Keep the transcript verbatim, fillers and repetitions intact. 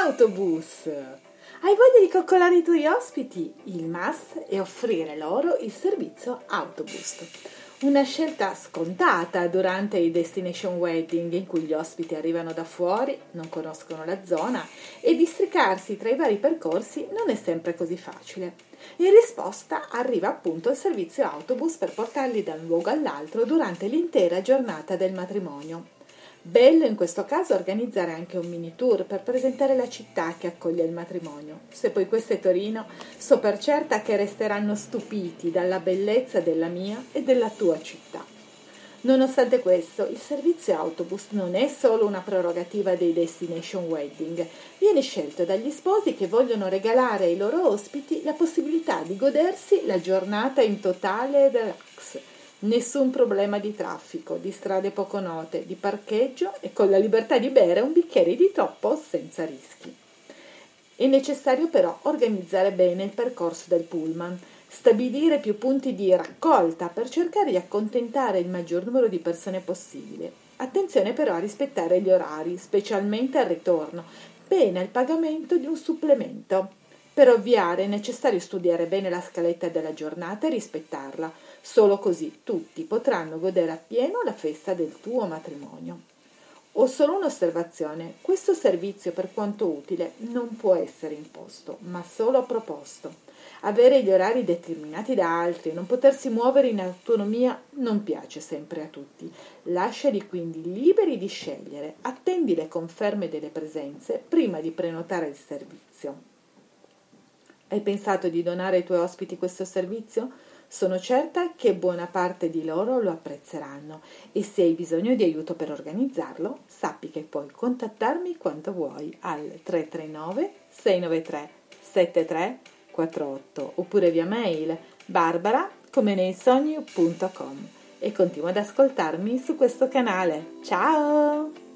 Autobus! Hai voglia di coccolare i tuoi ospiti? Il must è offrire loro il servizio Autobus. Una scelta scontata durante i destination wedding in cui gli ospiti arrivano da fuori, non conoscono la zona e districarsi tra i vari percorsi non è sempre così facile. In risposta arriva appunto il servizio Autobus per portarli da un luogo all'altro durante l'intera giornata del matrimonio. Bello in questo caso organizzare anche un mini tour per presentare la città che accoglie il matrimonio. Se poi questo è Torino, so per certa che resteranno stupiti dalla bellezza della mia e della tua città. Nonostante questo, il servizio Autobus non è solo una prerogativa dei destination wedding, viene scelto dagli sposi che vogliono regalare ai loro ospiti la possibilità di godersi la giornata in totale relax. Nessun problema di traffico, di strade poco note, di parcheggio e con la libertà di bere un bicchiere di troppo senza rischi. È necessario però organizzare bene il percorso del pullman, stabilire più punti di raccolta per cercare di accontentare il maggior numero di persone possibile. Attenzione però a rispettare gli orari, specialmente al ritorno, pena il pagamento di un supplemento. Per ovviare è necessario studiare bene la scaletta della giornata e rispettarla. Solo così tutti potranno godere appieno la festa del tuo matrimonio. Ho solo un'osservazione: questo servizio, per quanto utile, non può essere imposto, ma solo proposto. Avere gli orari determinati da altri e non potersi muovere in autonomia non piace sempre a tutti. Lasciali quindi liberi di scegliere, attendi le conferme delle presenze prima di prenotare il servizio. Hai pensato di donare ai tuoi ospiti questo servizio? Sono certa che buona parte di loro lo apprezzeranno e se hai bisogno di aiuto per organizzarlo, sappi che puoi contattarmi quando vuoi al tre tre nove sei nove tre sette tre quattro otto oppure via mail barbara come nei sogni punto com e continua ad ascoltarmi su questo canale. Ciao!